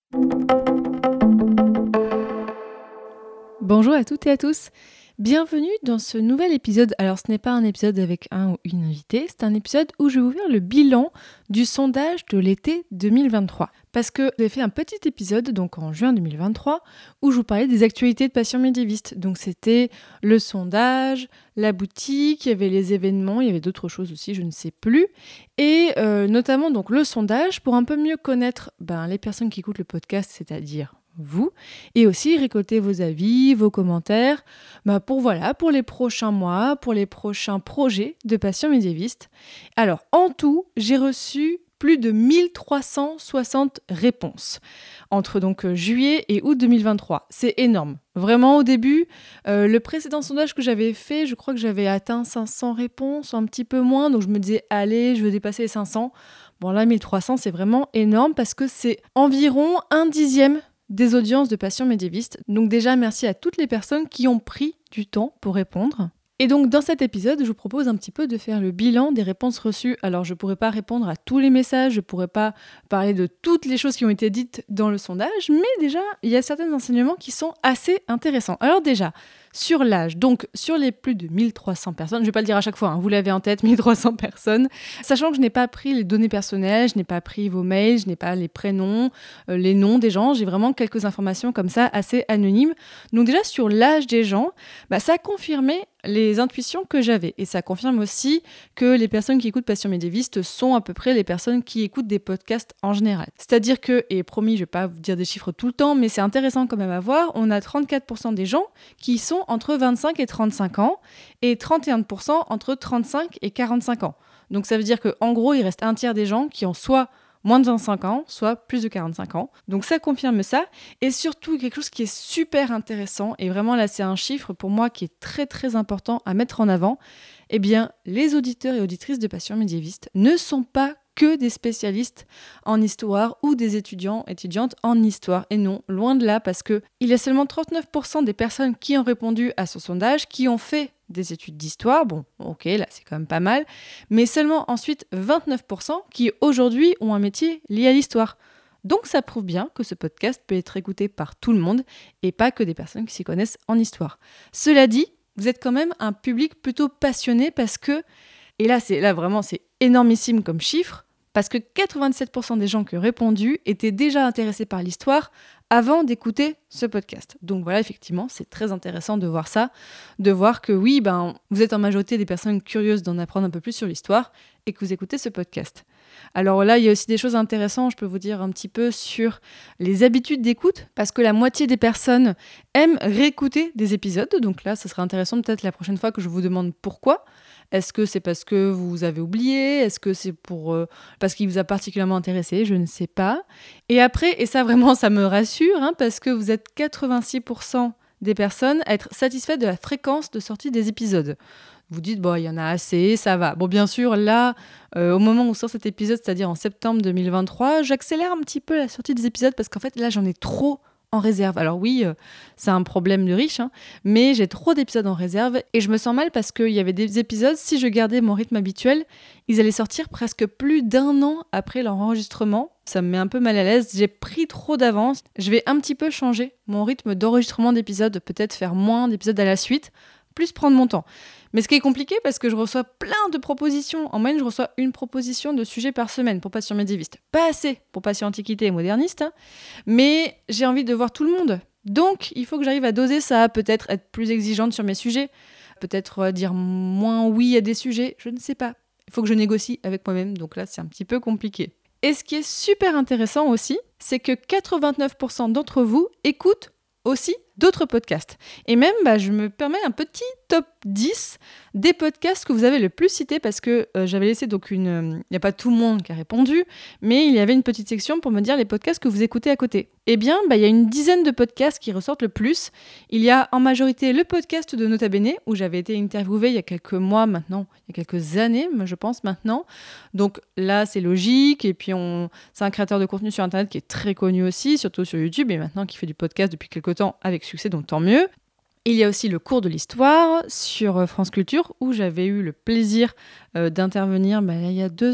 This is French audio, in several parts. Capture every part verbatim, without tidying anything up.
Bonjour à toutes et à tous, bienvenue dans ce nouvel épisode. Alors ce n'est pas un épisode avec un ou une invitée, c'est un épisode où je vais vous faire le bilan du sondage de l'été deux mille vingt-trois. Parce que j'ai fait un petit épisode, donc en juin deux mille vingt-trois, où je vous parlais des actualités de Passion Médiéviste. Donc c'était le sondage, la boutique, il y avait les événements, il y avait d'autres choses aussi, je ne sais plus. Et euh, notamment donc le sondage pour un peu mieux connaître ben, les personnes qui écoutent le podcast, c'est-à-dire vous, et aussi récolter vos avis, vos commentaires, bah pour voilà, pour les prochains mois, pour les prochains projets de Passion Médiéviste. Alors, en tout, j'ai reçu plus de mille trois cent soixante réponses entre donc euh, juillet et août deux mille vingt-trois. C'est énorme. Vraiment, au début, euh, le précédent sondage que j'avais fait, je crois que j'avais atteint cinq cents réponses, un petit peu moins, donc je me disais, allez, je veux dépasser les cinq cents. Bon là, mille trois cents, c'est vraiment énorme parce que c'est environ un dixième des audiences de Passion Médiéviste. Donc déjà, merci à toutes les personnes qui ont pris du temps pour répondre. Et donc dans cet épisode, je vous propose un petit peu de faire le bilan des réponses reçues. Alors je ne pourrai pas répondre à tous les messages, je ne pourrai pas parler de toutes les choses qui ont été dites dans le sondage, mais déjà, il y a certains enseignements qui sont assez intéressants. Alors déjà, sur l'âge, donc sur les plus de mille trois cents personnes, je ne vais pas le dire à chaque fois, hein, vous l'avez en tête, mille trois cents personnes, sachant que je n'ai pas pris les données personnelles, je n'ai pas pris vos mails, je n'ai pas les prénoms, euh, les noms des gens, j'ai vraiment quelques informations comme ça assez anonymes. Donc déjà sur l'âge des gens, bah, ça a confirmé les intuitions que j'avais. Et ça confirme aussi que les personnes qui écoutent Passion Médiéviste sont à peu près les personnes qui écoutent des podcasts en général. C'est-à-dire que, et promis, je ne vais pas vous dire des chiffres tout le temps, mais c'est intéressant quand même à voir, on a trente-quatre pour cent des gens qui sont entre vingt-cinq et trente-cinq ans et trente et un pour cent entre trente-cinq et quarante-cinq ans. Donc ça veut dire qu'en gros, il reste un tiers des gens qui ont soit moins de vingt-cinq ans, soit plus de quarante-cinq ans. Donc ça confirme ça. Et surtout, quelque chose qui est super intéressant, et vraiment là, c'est un chiffre pour moi qui est très très important à mettre en avant, eh bien, les auditeurs et auditrices de Passion Médiéviste ne sont pas que des spécialistes en histoire ou des étudiants étudiantes en histoire. Et non, loin de là, parce qu'il y a seulement trente-neuf pour cent des personnes qui ont répondu à ce sondage qui ont fait des études d'histoire. Bon, ok, là c'est quand même pas mal. Mais seulement ensuite vingt-neuf pour cent qui aujourd'hui ont un métier lié à l'histoire. Donc ça prouve bien que ce podcast peut être écouté par tout le monde et pas que des personnes qui s'y connaissent en histoire. Cela dit, vous êtes quand même un public plutôt passionné parce que, et là, c'est, là vraiment c'est énormissime comme chiffre, parce que quatre-vingt-dix-sept pour cent des gens qui ont répondu étaient déjà intéressés par l'histoire avant d'écouter ce podcast. Donc voilà, effectivement, c'est très intéressant de voir ça, de voir que oui, ben, vous êtes en majorité des personnes curieuses d'en apprendre un peu plus sur l'histoire et que vous écoutez ce podcast. Alors là, il y a aussi des choses intéressantes, je peux vous dire un petit peu sur les habitudes d'écoute, parce que la moitié des personnes aiment réécouter des épisodes, donc là, ça serait intéressant peut-être la prochaine fois que je vous demande pourquoi. Est-ce que c'est parce que vous avez oublié ? Est-ce que c'est pour euh, parce qu'il vous a particulièrement intéressé ? Je ne sais pas. Et après, et ça vraiment, ça me rassure, hein, parce que vous êtes quatre-vingt-six pour cent des personnes à être satisfaites de la fréquence de sortie des épisodes. Vous dites, bon, il y en a assez, ça va. Bon, bien sûr, là, euh, au moment où sort cet épisode, c'est-à-dire en septembre deux mille vingt-trois, j'accélère un petit peu la sortie des épisodes parce qu'en fait, là, j'en ai trop en réserve. Alors oui, euh, c'est un problème de riche, hein, mais j'ai trop d'épisodes en réserve et je me sens mal parce qu'il y avait des épisodes, si je gardais mon rythme habituel, ils allaient sortir presque plus d'un an après leur enregistrement. Ça me met un peu mal à l'aise, j'ai pris trop d'avance. Je vais un petit peu changer mon rythme d'enregistrement d'épisodes, peut-être faire moins d'épisodes à la suite, plus prendre mon temps. Mais ce qui est compliqué parce que je reçois plein de propositions. En moyenne, je reçois une proposition de sujet par semaine pour Passion Médiéviste. Pas assez pour Passion Antiquité et Moderniste, hein, mais j'ai envie de voir tout le monde. Donc, il faut que j'arrive à doser ça, peut-être être plus exigeante sur mes sujets, peut-être euh, dire moins oui à des sujets, je ne sais pas. Il faut que je négocie avec moi-même, donc là, c'est un petit peu compliqué. Et ce qui est super intéressant aussi, c'est que quatre-vingt-neuf pour cent d'entre vous écoutent aussi d'autres podcasts. Et même, bah, je me permets un petit top dix des podcasts que vous avez le plus cités parce que euh, j'avais laissé donc une... Il euh, n'y a pas tout le monde qui a répondu, mais il y avait une petite section pour me dire les podcasts que vous écoutez à côté. Eh bien, bah, il y a une dizaine de podcasts qui ressortent le plus. Il y a en majorité le podcast de Nota Bene, où j'avais été interviewée il y a quelques mois maintenant, il y a quelques années, je pense maintenant. Donc là, c'est logique. Et puis, on... c'est un créateur de contenu sur Internet qui est très connu aussi, surtout sur YouTube, et maintenant qui fait du podcast depuis quelques temps avec succès, donc tant mieux. Il y a aussi le cours de l'histoire sur France Culture, où j'avais eu le plaisir euh, d'intervenir bah, il y a deux ans,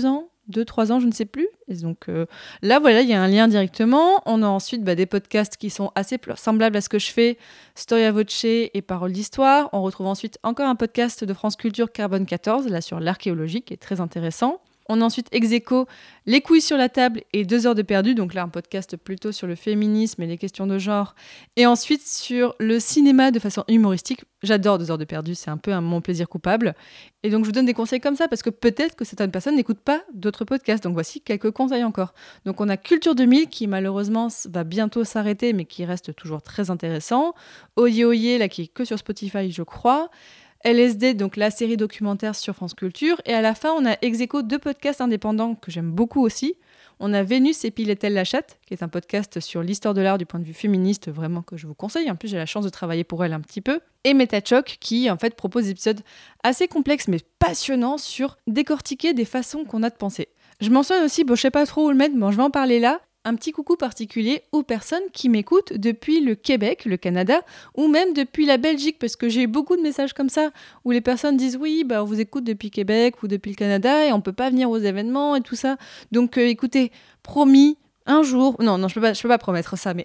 deux trois ans, je ne sais plus. Et donc euh, là, voilà, il y a un lien directement. On a ensuite bah, des podcasts qui sont assez pl- semblables à ce que je fais, Storia Voce et Paroles d'Histoire. On retrouve ensuite encore un podcast de France Culture Carbone quatorze, là sur l'archéologie, qui est très intéressant. On a ensuite ex aequo Les couilles sur la table et Deux heures de perdu, donc là un podcast plutôt sur le féminisme et les questions de genre. Et ensuite sur le cinéma de façon humoristique. J'adore Deux heures de perdu, c'est un peu un, mon plaisir coupable. Et donc je vous donne des conseils comme ça parce que peut-être que certaines personnes n'écoutent pas d'autres podcasts. Donc voici quelques conseils encore. Donc on a Culture deux mille qui malheureusement va bientôt s'arrêter mais qui reste toujours très intéressant. Oye Oye, là qui est que sur Spotify je crois. L S D, donc la série documentaire sur France Culture. Et à la fin, on a ex aequo deux podcasts indépendants que j'aime beaucoup aussi. On a Vénus et Pile est-elle la chatte, qui est un podcast sur l'histoire de l'art du point de vue féministe, vraiment que je vous conseille. En plus, j'ai la chance de travailler pour elle un petit peu. Et Métachoc, qui en fait propose des épisodes assez complexes mais passionnants sur décortiquer des façons qu'on a de penser. Je mentionne aussi, bon, je sais pas trop où le mettre, bon, je vais en parler là. Un petit coucou particulier aux personnes qui m'écoutent depuis le Québec, le Canada, ou même depuis la Belgique, parce que j'ai eu beaucoup de messages comme ça, où les personnes disent oui, bah, on vous écoute depuis Québec ou depuis le Canada, et on peut pas venir aux événements et tout ça. Donc euh, écoutez, promis, un jour, non, non, je peux pas, je peux pas promettre ça, mais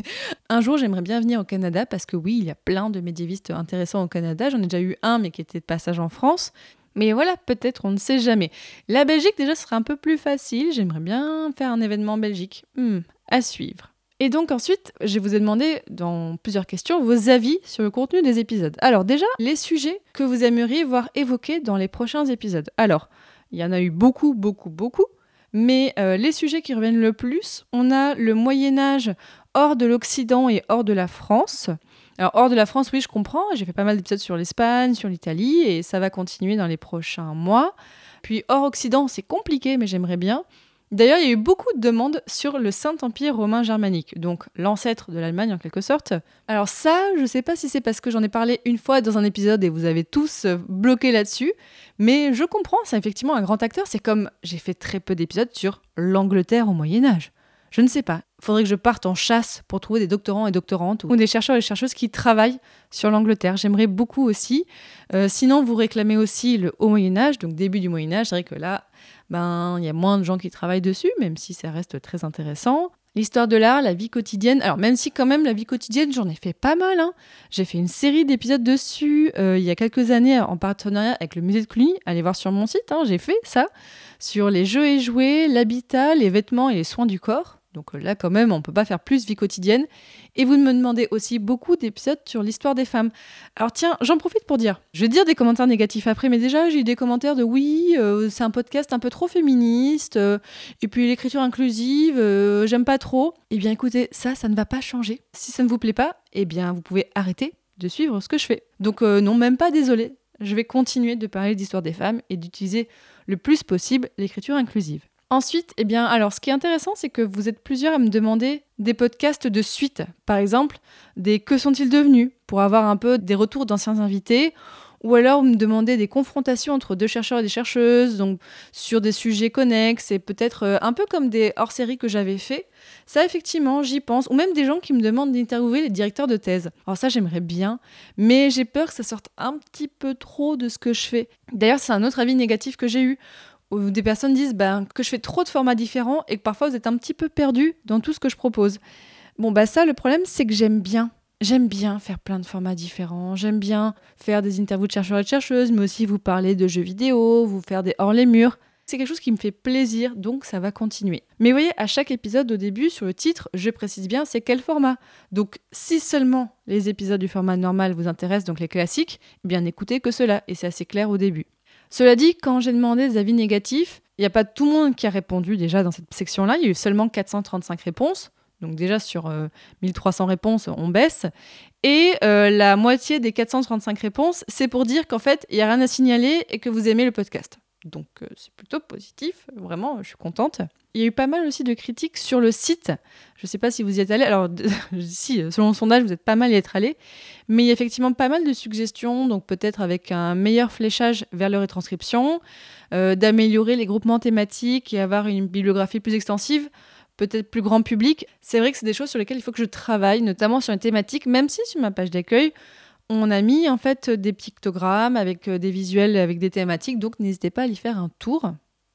un jour, j'aimerais bien venir au Canada, parce que oui, il y a plein de médiévistes intéressants au Canada, j'en ai déjà eu un, mais qui était de passage en France. Mais voilà, peut-être, on ne sait jamais. La Belgique, déjà, ce serait un peu plus facile. J'aimerais bien faire un événement en Belgique. Hmm, à suivre. Et donc ensuite, je vous ai demandé dans plusieurs questions vos avis sur le contenu des épisodes. Alors déjà, les sujets que vous aimeriez voir évoqués dans les prochains épisodes. Alors, il y en a eu beaucoup, beaucoup, beaucoup. Mais euh, les sujets qui reviennent le plus, on a le Moyen-Âge hors de l'Occident et hors de la France. Alors, hors de la France, oui, je comprends. J'ai fait pas mal d'épisodes sur l'Espagne, sur l'Italie, et ça va continuer dans les prochains mois. Puis, hors Occident, c'est compliqué, mais j'aimerais bien. D'ailleurs, il y a eu beaucoup de demandes sur le Saint-Empire romain germanique, donc l'ancêtre de l'Allemagne en quelque sorte. Alors ça, je sais pas si c'est parce que j'en ai parlé une fois dans un épisode et vous avez tous bloqué là-dessus, mais je comprends, c'est effectivement un grand acteur. C'est comme j'ai fait très peu d'épisodes sur l'Angleterre au Moyen-Âge. Je ne sais pas. Il faudrait que je parte en chasse pour trouver des doctorants et doctorantes ou des chercheurs et chercheuses qui travaillent sur l'Angleterre. J'aimerais beaucoup aussi. Euh, sinon, vous réclamez aussi le Haut Moyen-Âge, donc début du Moyen-Âge. C'est vrai que là, ben, il y a moins de gens qui travaillent dessus, même si ça reste très intéressant. L'histoire de l'art, la vie quotidienne. Alors, même si quand même la vie quotidienne, j'en ai fait pas mal. Hein. J'ai fait une série d'épisodes dessus euh, il y a quelques années en partenariat avec le musée de Cluny. Allez voir sur mon site, hein, j'ai fait ça. Sur les jeux et jouets, l'habitat, les vêtements et les soins du corps. Donc là, quand même, on ne peut pas faire plus vie quotidienne. Et vous me demandez aussi beaucoup d'épisodes sur l'histoire des femmes. Alors tiens, j'en profite pour dire, je vais dire des commentaires négatifs après, mais déjà, j'ai eu des commentaires de oui, euh, c'est un podcast un peu trop féministe, euh, et puis l'écriture inclusive, euh, j'aime pas trop. Eh bien écoutez, ça, ça ne va pas changer. Si ça ne vous plaît pas, eh bien vous pouvez arrêter de suivre ce que je fais. Donc euh, non, même pas désolé. Je vais continuer de parler d'histoire des femmes et d'utiliser le plus possible l'écriture inclusive. Ensuite, eh bien, alors, ce qui est intéressant, c'est que vous êtes plusieurs à me demander des podcasts de suite. Par exemple, des Que sont-ils devenus ? Pour avoir un peu des retours d'anciens invités. Ou alors, vous me demandez des confrontations entre deux chercheurs et des chercheuses, donc sur des sujets connexes et peut-être euh, un peu comme des hors-séries que j'avais fait. Ça, effectivement, j'y pense. Ou même des gens qui me demandent d'interviewer les directeurs de thèse. Alors ça, j'aimerais bien, mais j'ai peur que ça sorte un petit peu trop de ce que je fais. D'ailleurs, c'est un autre avis négatif que j'ai eu. Où des personnes disent ben, que je fais trop de formats différents et que parfois vous êtes un petit peu perdu dans tout ce que je propose. Bon, bah ça, le problème, c'est que j'aime bien. J'aime bien faire plein de formats différents. J'aime bien faire des interviews de chercheurs et de chercheuses, mais aussi vous parler de jeux vidéo, vous faire des hors les murs. C'est quelque chose qui me fait plaisir, donc ça va continuer. Mais vous voyez, à chaque épisode, au début, sur le titre, je précise bien c'est quel format. Donc, si seulement les épisodes du format normal vous intéressent, donc les classiques, eh bien n'écoutez que cela, et c'est assez clair au début. Cela dit, quand j'ai demandé des avis négatifs, il n'y a pas tout le monde qui a répondu déjà dans cette section-là. Il y a eu seulement quatre cent trente-cinq réponses. Donc déjà sur euh, mille trois cents réponses, on baisse. Et euh, la moitié des quatre cent trente-cinq réponses, c'est pour dire qu'en fait, il n'y a rien à signaler et que vous aimez le podcast. Donc euh, c'est plutôt positif, vraiment, je suis contente. Il y a eu pas mal aussi de critiques sur le site. Je ne sais pas si vous y êtes allés. Alors, si, selon le sondage, vous êtes pas mal y être allés. Mais il y a effectivement pas mal de suggestions, donc peut-être avec un meilleur fléchage vers le retranscription, euh, d'améliorer les groupements thématiques et avoir une bibliographie plus extensive, peut-être plus grand public. C'est vrai que c'est des choses sur lesquelles il faut que je travaille, notamment sur les thématiques, même si sur ma page d'accueil, on a mis en fait des pictogrammes avec des visuels, avec des thématiques, donc n'hésitez pas à y faire un tour.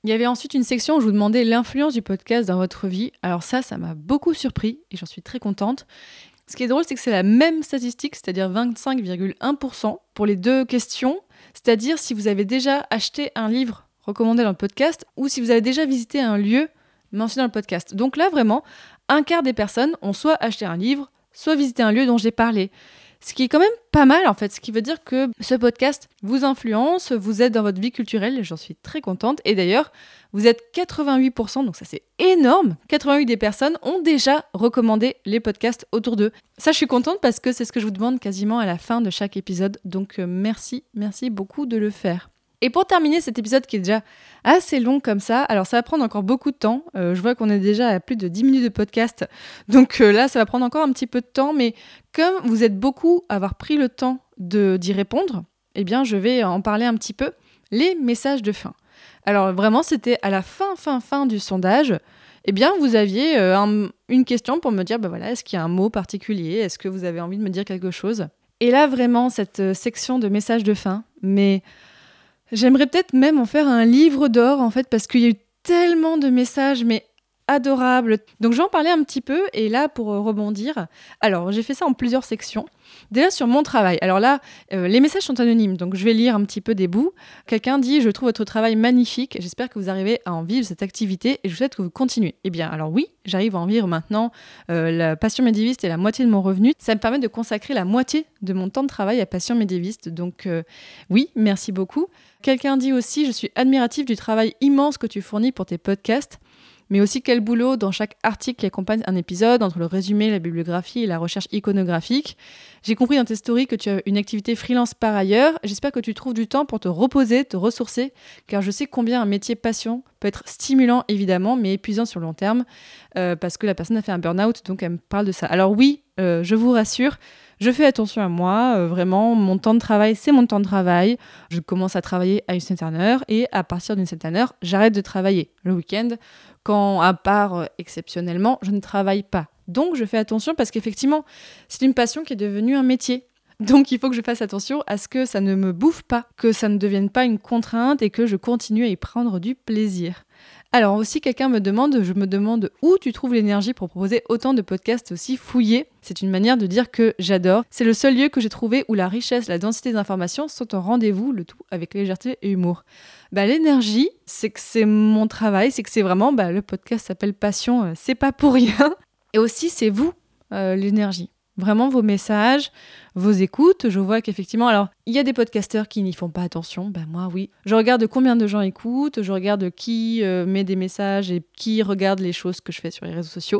Il y avait ensuite une section où je vous demandais l'influence du podcast dans votre vie. Alors ça, ça m'a beaucoup surpris et j'en suis très contente. Ce qui est drôle, c'est que c'est la même statistique, c'est-à-dire vingt-cinq virgule un pour cent pour les deux questions, c'est-à-dire si vous avez déjà acheté un livre recommandé dans le podcast ou si vous avez déjà visité un lieu mentionné dans le podcast. Donc là, vraiment, un quart des personnes ont soit acheté un livre, soit visité un lieu dont j'ai parlé. Ce qui est quand même pas mal en fait, ce qui veut dire que ce podcast vous influence, vous aide dans votre vie culturelle, et j'en suis très contente. Et d'ailleurs, vous êtes quatre-vingt-huit pour cent, donc ça c'est énorme, quatre-vingt-huit des personnes ont déjà recommandé les podcasts autour d'eux. Ça je suis contente parce que c'est ce que je vous demande quasiment à la fin de chaque épisode, donc euh, merci, merci beaucoup de le faire. Et pour terminer cet épisode qui est déjà assez long comme ça, alors ça va prendre encore beaucoup de temps, euh, je vois qu'on est déjà à plus de dix minutes de podcast, donc euh, là ça va prendre encore un petit peu de temps, mais comme vous êtes beaucoup à avoir pris le temps de, d'y répondre, eh bien je vais en parler un petit peu, les messages de fin. Alors vraiment c'était à la fin, fin, fin du sondage, eh bien vous aviez euh, un, une question pour me dire, bah voilà, est-ce qu'il y a un mot particulier, est-ce que vous avez envie de me dire quelque chose ? Et là vraiment cette euh, section de messages de fin, mais... J'aimerais peut-être même en faire un livre d'or, en fait, parce qu'il y a eu tellement de messages, mais adorables. Donc, je vais en parler un petit peu, et là, pour rebondir, alors, j'ai fait ça en plusieurs sections. Déjà, sur mon travail. Alors là, euh, les messages sont anonymes, donc je vais lire un petit peu des bouts. Quelqu'un dit « Je trouve votre travail magnifique, j'espère que vous arrivez à en vivre cette activité, et je souhaite que vous continuez. » Eh bien, alors oui, j'arrive à en vivre maintenant. Euh, la Passion médiéviste est la moitié de mon revenu. Ça me permet de consacrer la moitié de mon temps de travail à Passion médiéviste. Donc euh, oui, merci beaucoup. Quelqu'un dit aussi « Je suis admiratif du travail immense que tu fournis pour tes podcasts. » Mais aussi quel boulot dans chaque article qui accompagne un épisode, entre le résumé, la bibliographie et la recherche iconographique. J'ai compris dans tes stories que tu as une activité freelance par ailleurs. J'espère que tu trouves du temps pour te reposer, te ressourcer, car je sais combien un métier passion peut être stimulant évidemment, mais épuisant sur le long terme, euh, parce que la personne a fait un burn-out, donc elle me parle de ça. Alors oui, euh, je vous rassure, je fais attention à moi, euh, vraiment, mon temps de travail, c'est mon temps de travail. Je commence à travailler à une certaine heure, et à partir d'une certaine heure, j'arrête de travailler le week-end, quand, à part euh, exceptionnellement, je ne travaille pas. Donc, je fais attention parce qu'effectivement, c'est une passion qui est devenue un métier. Donc, il faut que je fasse attention à ce que ça ne me bouffe pas, que ça ne devienne pas une contrainte et que je continue à y prendre du plaisir. Alors aussi, quelqu'un me demande, je me demande où tu trouves l'énergie pour proposer autant de podcasts aussi fouillés. C'est une manière de dire que j'adore. C'est le seul lieu que j'ai trouvé où la richesse, la densité d'informations sont au rendez-vous, le tout avec légèreté et humour. Bah, l'énergie, c'est que c'est mon travail, c'est que c'est vraiment, bah, le podcast s'appelle Passion, euh, c'est pas pour rien. Et aussi, c'est vous, euh, l'énergie. Vraiment vos messages, vos écoutes. Je vois qu'effectivement, alors, il y a des podcasteurs qui n'y font pas attention. Ben moi, oui. Je regarde combien de gens écoutent, je regarde qui euh, met des messages et qui regarde les choses que je fais sur les réseaux sociaux.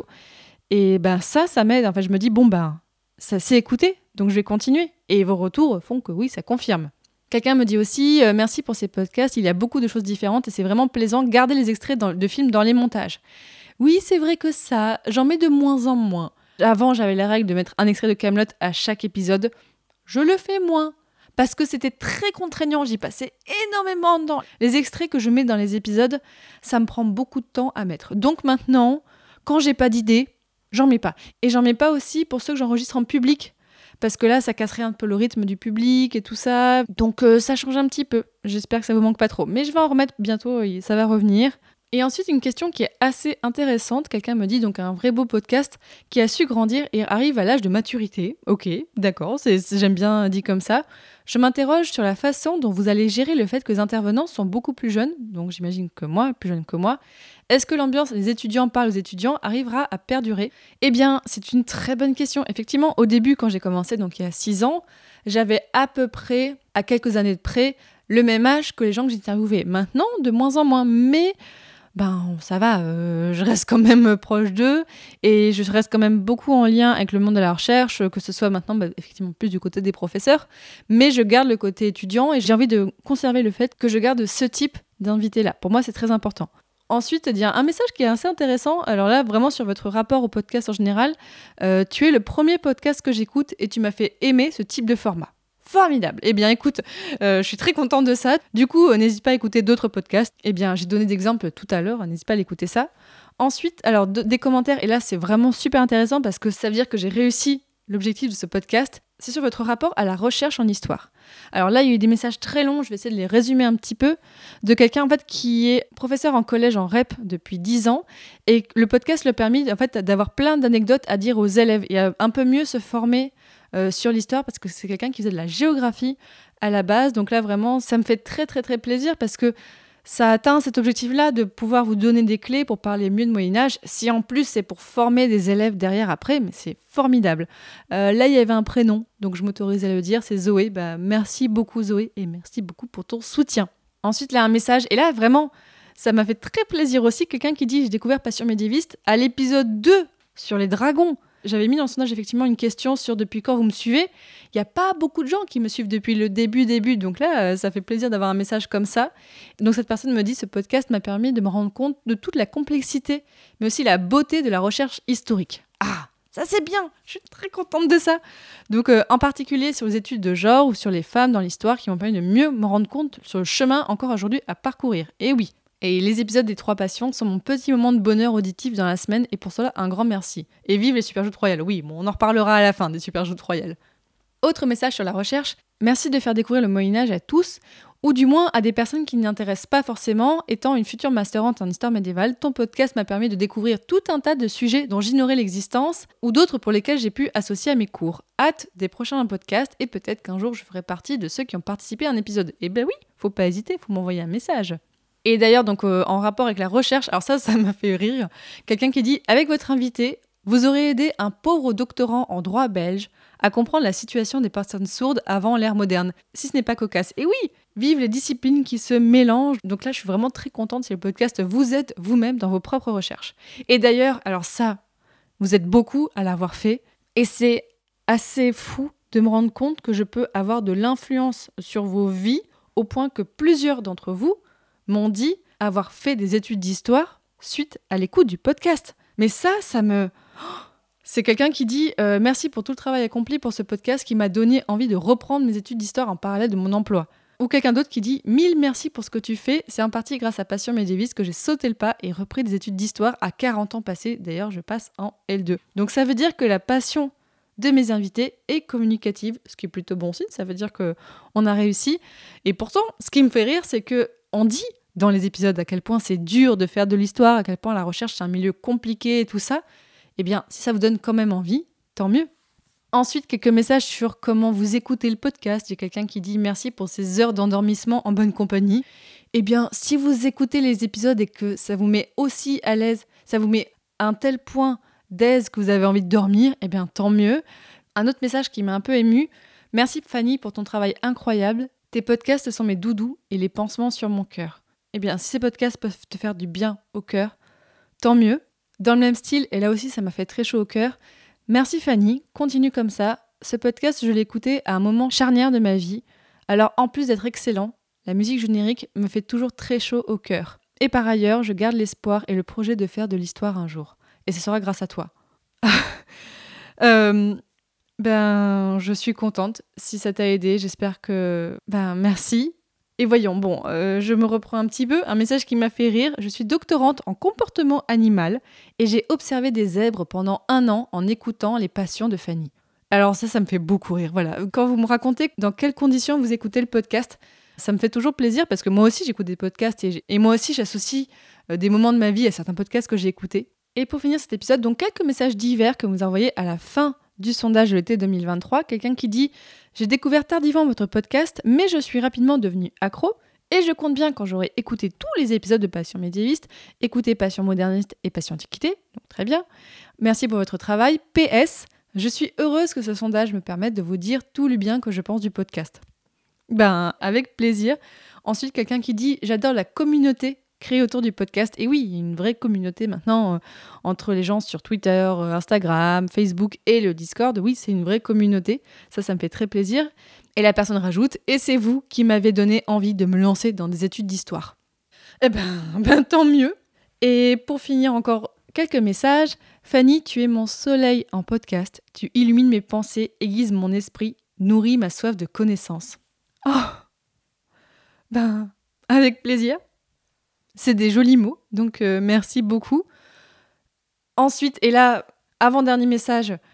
Et ben ça, ça m'aide. En fait, je me dis, bon, ben, ça s'est écouté, donc je vais continuer. Et vos retours font que oui, ça confirme. Quelqu'un me dit aussi, euh, merci pour ces podcasts, il y a beaucoup de choses différentes et c'est vraiment plaisant. Gardez les extraits dans, de films dans les montages. Oui, c'est vrai que ça, j'en mets de moins en moins. Avant, j'avais la règle de mettre un extrait de Kaamelott à chaque épisode. Je le fais moins, parce que c'était très contraignant, j'y passais énormément de temps. Les extraits que je mets dans les épisodes, ça me prend beaucoup de temps à mettre. Donc maintenant, quand j'ai pas d'idée, j'en mets pas. Et j'en mets pas aussi pour ceux que j'enregistre en public, parce que là, ça casserait un peu le rythme du public et tout ça. Donc euh, ça change un petit peu. J'espère que ça vous manque pas trop. Mais je vais en remettre bientôt, ça va revenir. Et ensuite, une question qui est assez intéressante. Quelqu'un me dit donc un vrai beau podcast qui a su grandir et arrive à l'âge de maturité. Ok, d'accord, c'est, c'est, j'aime bien dit comme ça. Je m'interroge sur la façon dont vous allez gérer le fait que les intervenants sont beaucoup plus jeunes, donc j'imagine que moi, plus jeunes que moi. Est-ce que l'ambiance des étudiants parlent aux étudiants arrivera à perdurer ? Eh bien, c'est une très bonne question. Effectivement, au début, quand j'ai commencé, donc il y a six ans, j'avais à peu près, à quelques années de près, le même âge que les gens que j'interviewais. Maintenant, de moins en moins, mais... ben ça va, euh, je reste quand même proche d'eux et je reste quand même beaucoup en lien avec le monde de la recherche, que ce soit maintenant bah, effectivement plus du côté des professeurs, mais je garde le côté étudiant et j'ai envie de conserver le fait que je garde ce type d'invité-là. Pour moi, c'est très important. Ensuite, il y a un message qui est assez intéressant, alors là, vraiment sur votre rapport au podcast en général, euh, tu es le premier podcast que j'écoute et tu m'as fait aimer ce type de format. Formidable. Eh bien, écoute, euh, je suis très contente de ça. Du coup, euh, n'hésite pas à écouter d'autres podcasts. Eh bien, j'ai donné des exemples tout à l'heure. N'hésite pas à l'écouter ça. Ensuite, alors, de, des commentaires. Et là, c'est vraiment super intéressant parce que ça veut dire que j'ai réussi l'objectif de ce podcast. c'est sur votre rapport à la recherche en histoire. Alors là, il y a eu des messages très longs, je vais essayer de les résumer un petit peu, de quelqu'un en fait qui est professeur en collège en R E P depuis dix ans, et le podcast lui a permis en fait, d'avoir plein d'anecdotes à dire aux élèves, et à un peu mieux se former euh, sur l'histoire, parce que c'est quelqu'un qui faisait de la géographie à la base, donc là vraiment, ça me fait très très très plaisir, parce que ça atteint cet objectif-là de pouvoir vous donner des clés pour parler mieux de Moyen-Âge. Si en plus c'est pour former des élèves derrière après, mais c'est formidable. Euh, là, il y avait un prénom, donc je m'autorise à le dire, c'est Zoé. Bah, merci beaucoup Zoé et merci beaucoup pour ton soutien. Ensuite, là, un message, et là, vraiment, ça m'a fait très plaisir aussi, quelqu'un qui dit « J'ai découvert Passion médiéviste à l'épisode deux sur les dragons ». J'avais mis dans le sondage effectivement une question sur depuis quand vous me suivez. Il n'y a pas beaucoup de gens qui me suivent depuis le début, début. Donc là, ça fait plaisir d'avoir un message comme ça. Donc cette personne me dit, ce podcast m'a permis de me rendre compte de toute la complexité, mais aussi la beauté de la recherche historique. Ah, ça c'est bien, je suis très contente de ça. Donc euh, en particulier sur les études de genre ou sur les femmes dans l'histoire qui m'ont permis de mieux me rendre compte sur le chemin encore aujourd'hui à parcourir. Et oui. Et les épisodes des Trois Passions sont mon petit moment de bonheur auditif dans la semaine, et pour cela, un grand merci. Et vive les Superjoutes Royales. Oui, bon, on en reparlera à la fin des Superjoutes Royales. Autre message sur la recherche, merci de faire découvrir le Moyen-Âge à tous, ou du moins à des personnes qui n'y intéressent pas forcément. Étant une future masterante en histoire médiévale, ton podcast m'a permis de découvrir tout un tas de sujets dont j'ignorais l'existence, ou d'autres pour lesquels j'ai pu associer à mes cours. Hâte des prochains podcasts, et peut-être qu'un jour je ferai partie de ceux qui ont participé à un épisode. Et ben oui, faut pas hésiter, faut m'envoyer un message. Et d'ailleurs, donc euh, en rapport avec la recherche, alors ça, ça m'a fait rire. Quelqu'un qui dit « Avec votre invité, vous aurez aidé un pauvre doctorant en droit belge à comprendre la situation des personnes sourdes avant l'ère moderne. Si ce n'est pas cocasse. » Et oui, vive les disciplines qui se mélangent. Donc là, je suis vraiment très contente si le podcast vous aide vous-même dans vos propres recherches. Et d'ailleurs, alors ça, vous êtes beaucoup à l'avoir fait. Et c'est assez fou de me rendre compte que je peux avoir de l'influence sur vos vies au point que plusieurs d'entre vous m'ont dit avoir fait des études d'histoire suite à l'écoute du podcast. Mais ça, ça me... C'est quelqu'un qui dit euh, « Merci pour tout le travail accompli pour ce podcast qui m'a donné envie de reprendre mes études d'histoire en parallèle de mon emploi. » Ou quelqu'un d'autre qui dit « Mille merci pour ce que tu fais. C'est en partie grâce à Passion médiéviste que j'ai sauté le pas et repris des études d'histoire à quarante ans passés. D'ailleurs, je passe en L deux. » Donc ça veut dire que la passion de mes invités est communicative, ce qui est plutôt bon signe. Ça veut dire qu'on a réussi. Et pourtant, ce qui me fait rire, c'est que on dit dans les épisodes à quel point c'est dur de faire de l'histoire, à quel point la recherche c'est un milieu compliqué et tout ça. Eh bien, si ça vous donne quand même envie, tant mieux. Ensuite, quelques messages sur comment vous écoutez le podcast. J'ai quelqu'un qui dit « Merci pour ces heures d'endormissement en bonne compagnie ». Eh bien, si vous écoutez les épisodes et que ça vous met aussi à l'aise, ça vous met à un tel point d'aise que vous avez envie de dormir, eh bien, tant mieux. Un autre message qui m'a un peu émue. « Merci Fanny pour ton travail incroyable. Tes podcasts sont mes doudous et les pansements sur mon cœur. » Eh bien, si ces podcasts peuvent te faire du bien au cœur, tant mieux. Dans le même style, et là aussi ça m'a fait très chaud au cœur, merci Fanny, continue comme ça. Ce podcast, je l'ai écouté à un moment charnière de ma vie. Alors en plus d'être excellent, la musique générique me fait toujours très chaud au cœur. Et par ailleurs, je garde l'espoir et le projet de faire de l'histoire un jour. Et ce sera grâce à toi. euh, ben, je suis contente. Si ça t'a aidé, j'espère que... Ben, merci. Et voyons, bon, euh, je me reprends un petit peu, un message qui m'a fait rire. Je suis doctorante en comportement animal et j'ai observé des zèbres pendant un an en écoutant les passions de Fanny. Alors ça, ça me fait beaucoup rire. Voilà. Quand vous me racontez dans quelles conditions vous écoutez le podcast, ça me fait toujours plaisir parce que moi aussi, j'écoute des podcasts et, et moi aussi, j'associe euh, des moments de ma vie à certains podcasts que j'ai écoutés. Et pour finir cet épisode, donc quelques messages divers que vous envoyez à la fin du sondage de l'été deux mille vingt-trois, quelqu'un qui dit « J'ai découvert tardivement votre podcast, mais je suis rapidement devenu accro et je compte bien, quand j'aurai écouté tous les épisodes de Passion médiéviste, écouter Passion moderniste et Passion antiquité. » Donc très bien. Merci pour votre travail. P S. Je suis heureuse que ce sondage me permette de vous dire tout le bien que je pense du podcast. Ben, avec plaisir. Ensuite, quelqu'un qui dit « J'adore la communauté créée autour du podcast. » Et oui, il y a une vraie communauté maintenant euh, entre les gens sur Twitter, euh, Instagram, Facebook et le Discord. Oui, c'est une vraie communauté. Ça, ça me fait très plaisir. Et la personne rajoute « Et c'est vous qui m'avez donné envie de me lancer dans des études d'histoire. » Eh ben, ben, tant mieux. Et pour finir encore quelques messages. Fanny, tu es mon soleil en podcast. Tu illumines mes pensées, aiguises mon esprit, nourris ma soif de connaissances. Oh, ben, avec plaisir. C'est des jolis mots, donc euh, merci beaucoup. Ensuite, et là, avant-dernier message,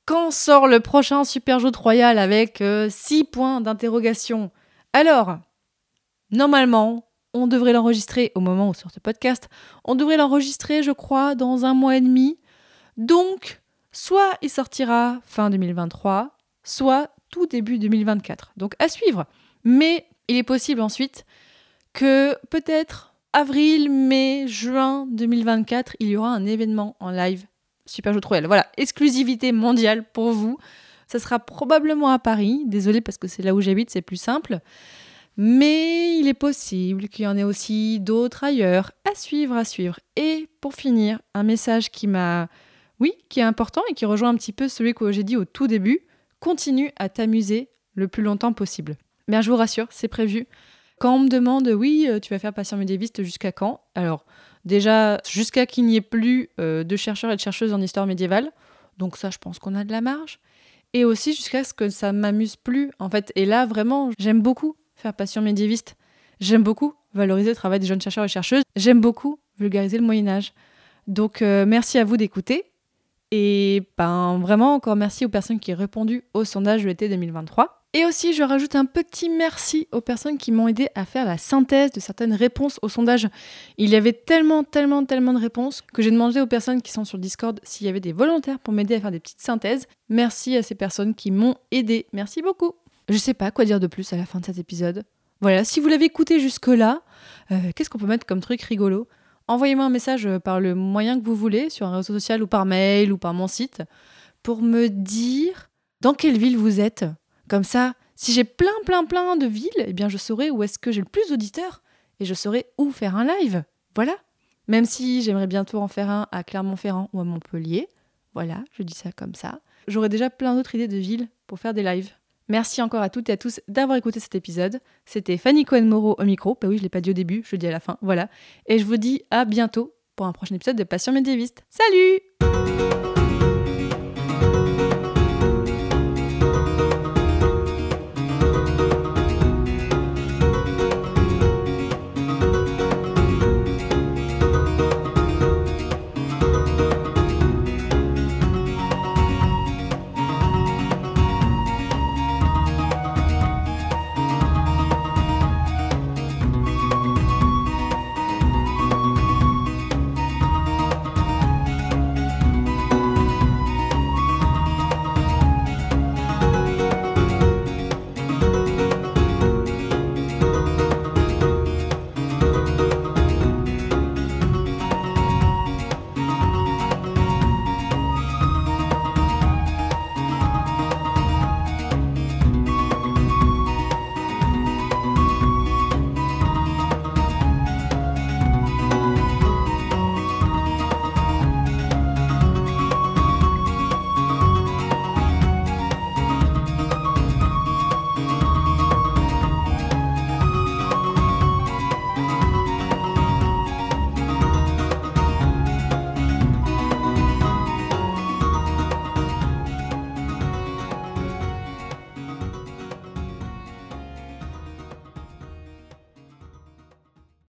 Quand sort le prochain Super Joute Royal avec six euh, points d'interrogation? Alors, normalement, on devrait l'enregistrer au moment où sort ce podcast. On devrait l'enregistrer, je crois, dans un mois et demi. Donc, soit il sortira fin deux mille vingt-trois, soit tout début deux mille vingt-quatre. Donc, à suivre. Mais il est possible ensuite que peut-être avril, mai, juin deux mille vingt-quatre, il y aura un événement en live Super Joute Royal. Voilà, exclusivité mondiale pour vous. Ça sera probablement à Paris. Désolée parce que c'est là où j'habite, c'est plus simple. Mais il est possible qu'il y en ait aussi d'autres ailleurs. À suivre, à suivre. Et pour finir, un message qui m'a... Oui, qui est important et qui rejoint un petit peu celui que j'ai dit au tout début. Continue à t'amuser le plus longtemps possible. Bien, je vous rassure, c'est prévu. Quand on me demande, oui, tu vas faire patient médiéviste jusqu'à quand? Alors, déjà, jusqu'à qu'il n'y ait plus euh, de chercheurs et de chercheuses en histoire médiévale. Donc ça, je pense qu'on a de la marge. Et aussi jusqu'à ce que ça ne m'amuse plus, en fait. Et là, vraiment, j'aime beaucoup faire patient médiéviste. J'aime beaucoup valoriser le travail des jeunes chercheurs et chercheuses. J'aime beaucoup vulgariser le Moyen-Âge. Donc, euh, merci à vous d'écouter. Et ben, vraiment, encore merci aux personnes qui ont répondu au sondage de l'été deux mille vingt-trois. Et aussi, je rajoute un petit merci aux personnes qui m'ont aidé à faire la synthèse de certaines réponses au sondage. Il y avait tellement, tellement, tellement de réponses que j'ai demandé aux personnes qui sont sur le Discord s'il y avait des volontaires pour m'aider à faire des petites synthèses. Merci à ces personnes qui m'ont aidé. Merci beaucoup. Je sais pas quoi dire de plus à la fin de cet épisode. Voilà, si vous l'avez écouté jusque-là, euh, qu'est-ce qu'on peut mettre comme truc rigolo ? Envoyez-moi un message par le moyen que vous voulez, sur un réseau social ou par mail ou par mon site, pour me dire dans quelle ville vous êtes. Comme ça, si j'ai plein, plein, plein de villes, eh bien je saurai où est-ce que j'ai le plus d'auditeurs et je saurai où faire un live. Voilà. Même si j'aimerais bientôt en faire un à Clermont-Ferrand ou à Montpellier. Voilà, je dis ça comme ça. J'aurai déjà plein d'autres idées de villes pour faire des lives. Merci encore à toutes et à tous d'avoir écouté cet épisode. C'était Fanny Cohen-Moreau au micro. Bah oui, je ne l'ai pas dit au début, je le dis à la fin. Voilà. Et je vous dis à bientôt pour un prochain épisode de Passion médiéviste. Salut!